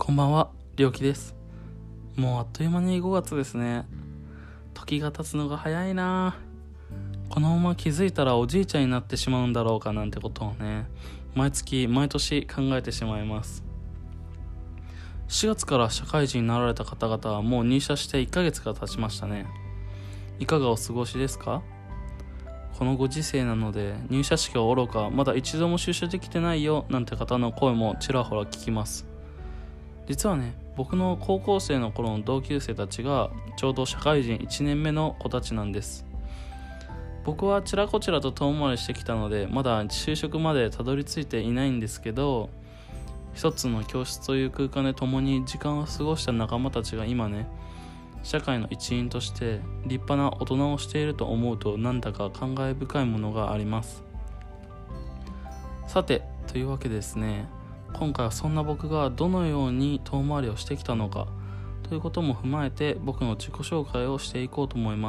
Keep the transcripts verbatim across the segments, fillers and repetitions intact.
こんばんは、りょうきです。もうあっという間にごがつですね。時が経つのが早いな。このまま気づいたらおじいちゃんになってしまうんだろうかなんてことをね、毎月毎年考えてしまいます。しがつから社会人になられた方々はもう入社していっかげつが経ちましたね。いかがお過ごしですか？このご時世なので入社式はおろかまだ一度も出社できてないよなんて方の声もちらほら聞きます。実はね、僕の高校生の頃の同級生たちがちょうど社会人いちねんめの子たちなんです。僕はちらこちらと遠回りしてきたのでまだ就職までたどり着いていないんですけど、一つの教室という空間で共に時間を過ごした仲間たちが今ね、社会の一員として立派な大人をしていると思うとなんだか感慨深いものがあります。さて、というわけですね、今回はそんな僕がどのように遠回りをしてきたのかということも踏まえて僕の自己紹介をしていこうと思います。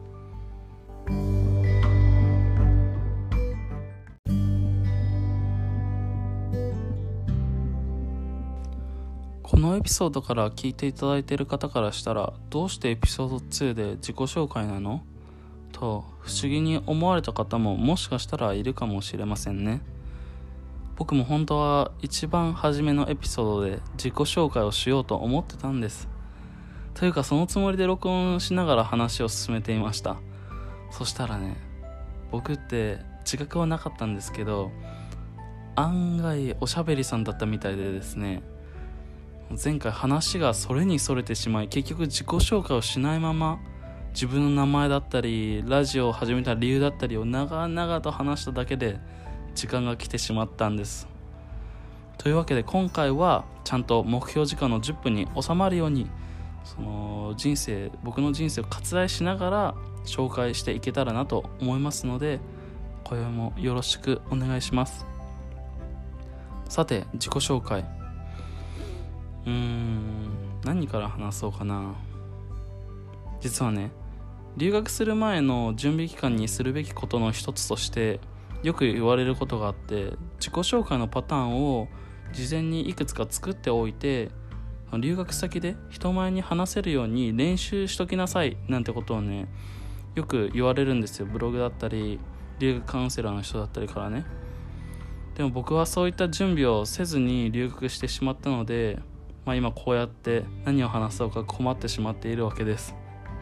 このエピソードから聞いていただいている方からしたら、どうしてエピソードツーで自己紹介なのと不思議に思われた方ももしかしたらいるかもしれませんね。僕も本当は一番初めのエピソードで自己紹介をしようと思ってたんです。というかそのつもりで録音しながら話を進めていました。そしたらね、僕って自覚はなかったんですけど、案外おしゃべりさんだったみたいでですね、前回話がそれにそれてしまい、結局自己紹介をしないまま自分の名前だったりラジオを始めた理由だったりを長々と話しただけで時間が来てしまったんです。というわけで今回はちゃんと目標時間のじゅっぷんに収まるように、その人生僕の人生を割愛しながら紹介していけたらなと思いますので、今宵もよろしくお願いします。さて、自己紹介、うーん何から話そうかな。実はね、留学する前の準備期間にするべきことの一つとしてよく言われることがあって、自己紹介のパターンを事前にいくつか作っておいて、留学先で人前に話せるように練習しときなさいなんてことをね、よく言われるんですよ。ブログだったり留学カウンセラーの人だったりからね。でも僕はそういった準備をせずに留学してしまったので、まあ、今こうやって何を話そうか困ってしまっているわけです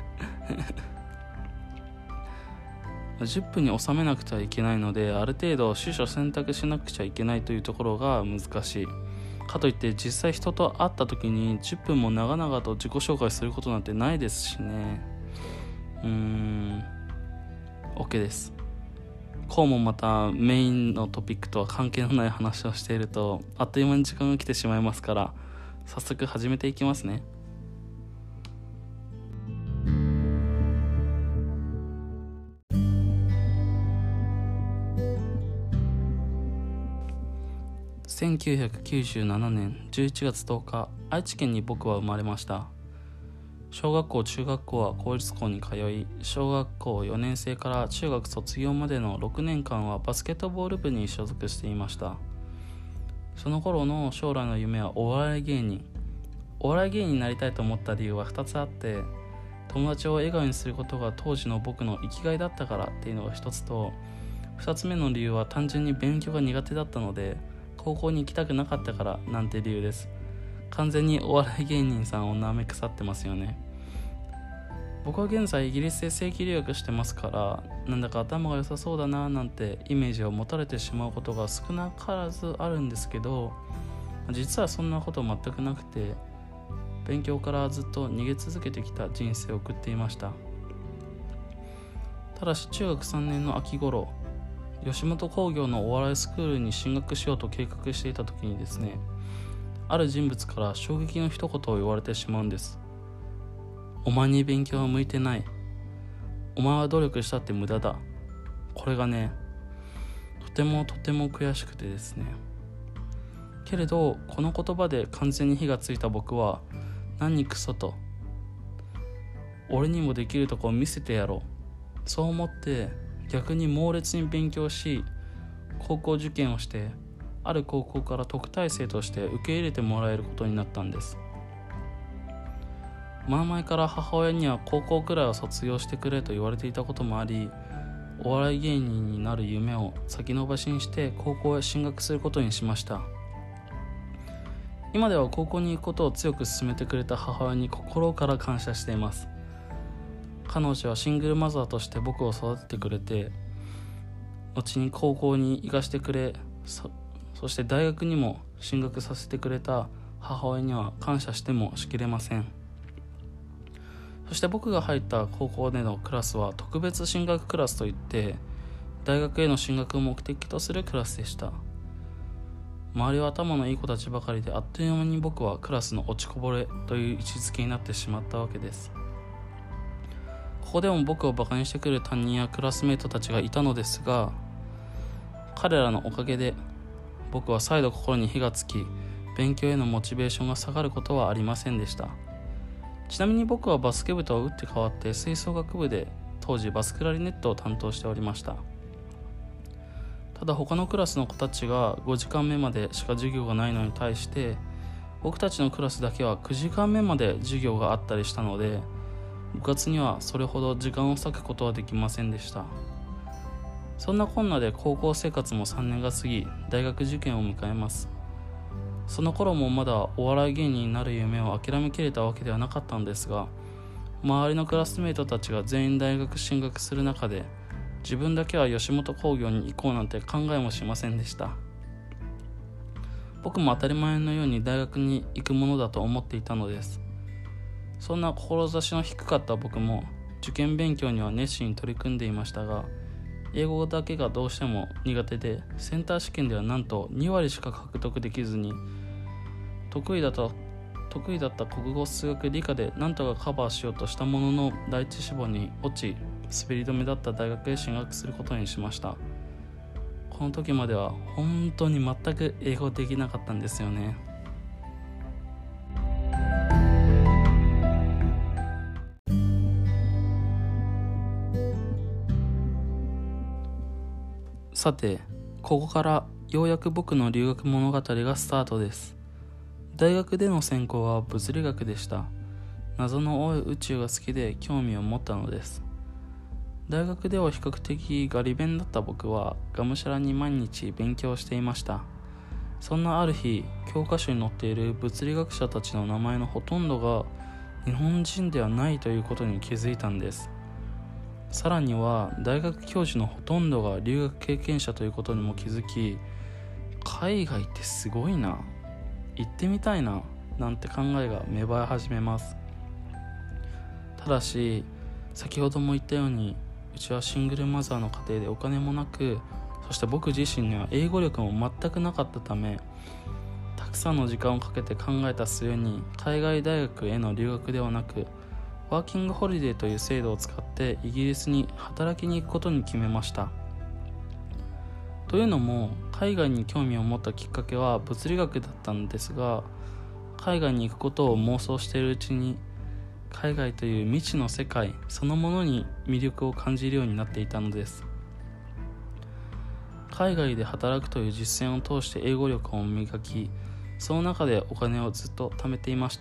じゅっぷんに収めなくてはいけないので、ある程度取捨選択しなくちゃいけないというところが難しい。かといって実際人と会った時にじゅっぷんも長々と自己紹介することなんてないですしね。うーん OK です。こうもまたメインのトピックとは関係のない話をしているとあっという間に時間が来てしまいますから、早速始めていきますね。せんきゅうひゃくきゅうじゅうななねんじゅういちがつとおか、愛知県に僕は生まれました。小学校中学校は公立校に通い、小学校よねん生から中学卒業までのろくねんかんはバスケットボール部に所属していました。その頃の将来の夢はお笑い芸人。お笑い芸人になりたいと思った理由はふたつあって、友達を笑顔にすることが当時の僕の生きがいだったからっていうのがひとつと、ふたつめの理由は単純に勉強が苦手だったので高校に行きたくなかったからなんて理由です。完全にお笑い芸人さんを舐め腐ってますよね。僕は現在イギリスで正規留学してますから、なんだか頭が良さそうだななんてイメージを持たれてしまうことが少なからずあるんですけど、実はそんなこと全くなくて、勉強からずっと逃げ続けてきた人生を送っていました。ただし中学さんねんの秋頃、吉本興業のお笑いスクールに進学しようと計画していた時にですね、ある人物から衝撃の一言を言われてしまうんです。お前に勉強は向いてない。お前は努力したって無駄だ。これがね、とてもとても悔しくてですね。けれどこの言葉で完全に火がついた僕は、何クソと、俺にもできるとこを見せてやろう、そう思って逆に猛烈に勉強し、高校受験をしてある高校から特待生として受け入れてもらえることになったんです。前々から母親には高校くらいは卒業してくれと言われていたこともあり、お笑い芸人になる夢を先延ばしにして高校へ進学することにしました。今では高校に行くことを強く勧めてくれた母親に心から感謝しています。彼女はシングルマザーとして僕を育ててくれて、後に高校に行かせてくれ、そ, そして大学にも進学させてくれた母親には感謝してもしきれません。そして僕が入った高校でのクラスは特別進学クラスといって、大学への進学を目的とするクラスでした。周りは頭のいい子たちばかりで、あっという間に僕はクラスの落ちこぼれという位置づけになってしまったわけです。ここでも僕をバカにしてくる担任やクラスメートたちがいたのですが、彼らのおかげで僕は再度心に火がつき、勉強へのモチベーションが下がることはありませんでした。ちなみに僕はバスケ部とは打って変わって吹奏楽部で当時バスクラリネットを担当しておりました。ただ他のクラスの子たちがごじかんめまでしか授業がないのに対して、僕たちのクラスだけはくじかんめまで授業があったりしたので、部活にはそれほど時間を割くことはできませんでした。そんなこんなで高校生活もさんねんが過ぎ、大学受験を迎えます。その頃もまだお笑い芸人になる夢を諦めきれたわけではなかったんですが、周りのクラスメートたちが全員大学進学する中で、自分だけは吉本興業に行こうなんて考えもしませんでした。僕も当たり前のように大学に行くものだと思っていたのです。そんな志の低かった僕も受験勉強には熱心に取り組んでいましたが、英語だけがどうしても苦手で、センター試験ではなんとにわりしか獲得できずに、得意だった得意だった国語、数学、理科でなんとかカバーしようとしたものの、第一志望に落ち、滑り止めだった大学へ進学することにしました。この時までは本当に全く英語できなかったんですよね。さて、ここからようやく僕の留学物語がスタートです。大学での専攻は物理学でした。謎の多い宇宙が好きで興味を持ったのです。大学では比較的ガリ勉だった僕はがむしゃらに毎日勉強していました。そんなある日、教科書に載っている物理学者たちの名前のほとんどが日本人ではないということに気づいたんです。さらには大学教授のほとんどが留学経験者ということにも気づき、海外ってすごいな、行ってみたいななんて考えが芽生え始めます。ただし先ほども言ったように、うちはシングルマザーの家庭でお金もなく、そして僕自身には英語力も全くなかったため、たくさんの時間をかけて考えた末に海外大学への留学ではなく、ワーキングホリデーという制度を使ってイギリスに働きに行くことに決めました。というのも、海外に興味を持ったきっかけは物理学だったんですが、海外に行くことを妄想しているうちに、海外という未知の世界そのものに魅力を感じるようになっていたのです。海外で働くという実践を通して英語力を磨き、その中でお金をずっと貯めていました。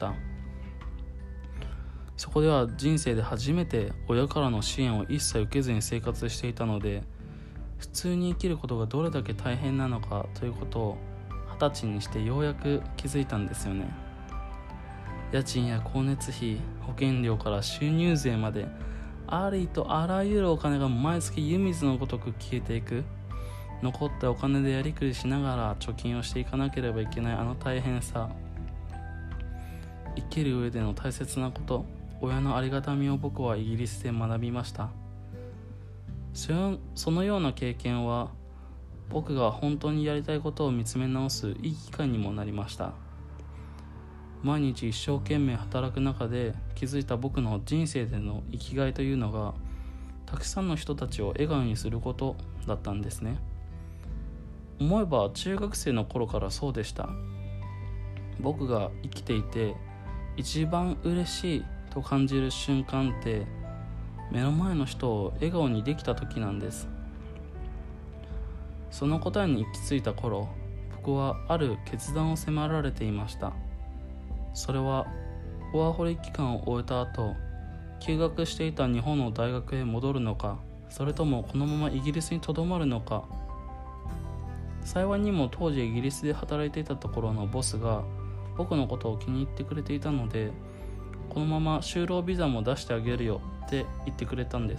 そこでは人生で初めて親からの支援を一切受けずに生活していたので、普通に生きることがどれだけ大変なのかということを二十歳にしてようやく気づいたんですよね。家賃や光熱費、保険料から収入税まで、ありとあらゆるお金が毎月湯水のごとく消えていく。残ったお金でやりくりしながら貯金をしていかなければいけないあの大変さ、生きる上での大切なこと、親のありがたみを僕はイギリスで学びました。そのような経験は僕が本当にやりたいことを見つめ直すいい機会にもなりました。毎日一生懸命働く中で気づいた僕の人生での生きがいというのが、たくさんの人たちを笑顔にすることだったんですね。思えば中学生の頃からそうでした。僕が生きていて一番嬉しいと感じる瞬間って、目の前の人を笑顔にできた時なんです。その答えに行き着いた頃、 僕はある決断を迫られていました。それはワーホリ期間を終えた後、休学していた日本の大学へ戻るのか、それともこのままイギリスにとどまるのか。幸いにも当時イギリスで働いていたところのボスが僕のことを気に入ってくれていたので、このまま就労ビザも出してあげるよって言ってくれたんです。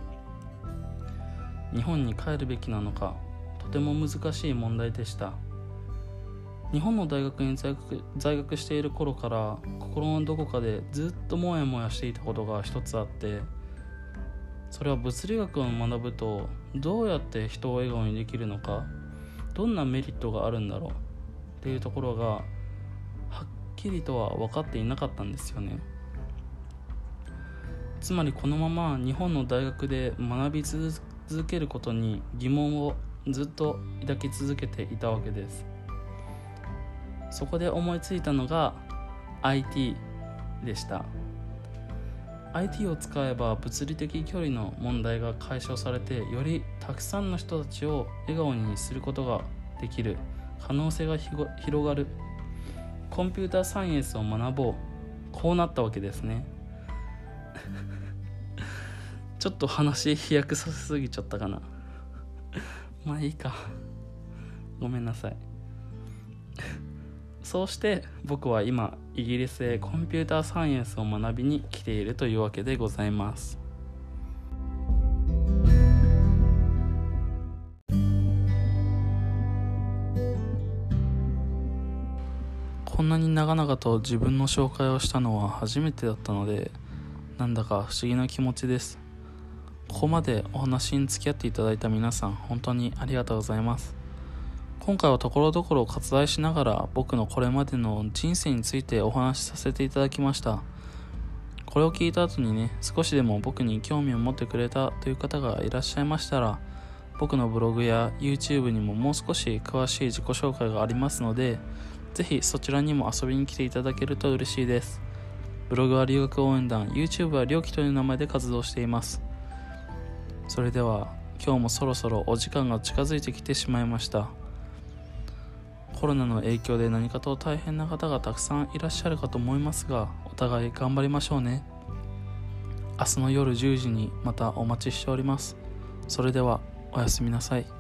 日本に帰るべきなのか、とても難しい問題でした。日本の大学に在学、在学している頃から心のどこかでずっともやもやしていたことが一つあって、それは物理学を学ぶとどうやって人を笑顔にできるのか、どんなメリットがあるんだろうっていうところがはっきりとは分かっていなかったんですよね。つまりこのまま日本の大学で学び続けることに疑問をずっと抱き続けていたわけです。そこで思いついたのが アイティー でした。 アイティー を使えば物理的距離の問題が解消されて、よりたくさんの人たちを笑顔にすることができる、可能性が広がる、コンピューターサイエンスを学ぼう、こうなったわけですね。ちょっと話飛躍させすぎちゃったかな。まあいいか、ごめんなさい。そうして僕は今イギリスへコンピューターサイエンスを学びに来ているというわけでございます。こんなに長々と自分の紹介をしたのは初めてだったので、なんだか不思議な気持ちです。ここまでお話に付き合っていただいた皆さん、本当にありがとうございます。今回はところどころ割愛しながら僕のこれまでの人生についてお話しさせていただきました。これを聞いた後にね、少しでも僕に興味を持ってくれたという方がいらっしゃいましたら、僕のブログや YouTube にももう少し詳しい自己紹介がありますので、ぜひそちらにも遊びに来ていただけると嬉しいです。ブログは留学応援団、 YouTube はりょうきという名前で活動しています。それでは今日もそろそろお時間が近づいてきてしまいました。コロナの影響で何かと大変な方がたくさんいらっしゃるかと思いますが、お互い頑張りましょうね。明日の夜じゅうじにまたお待ちしております。それではおやすみなさい。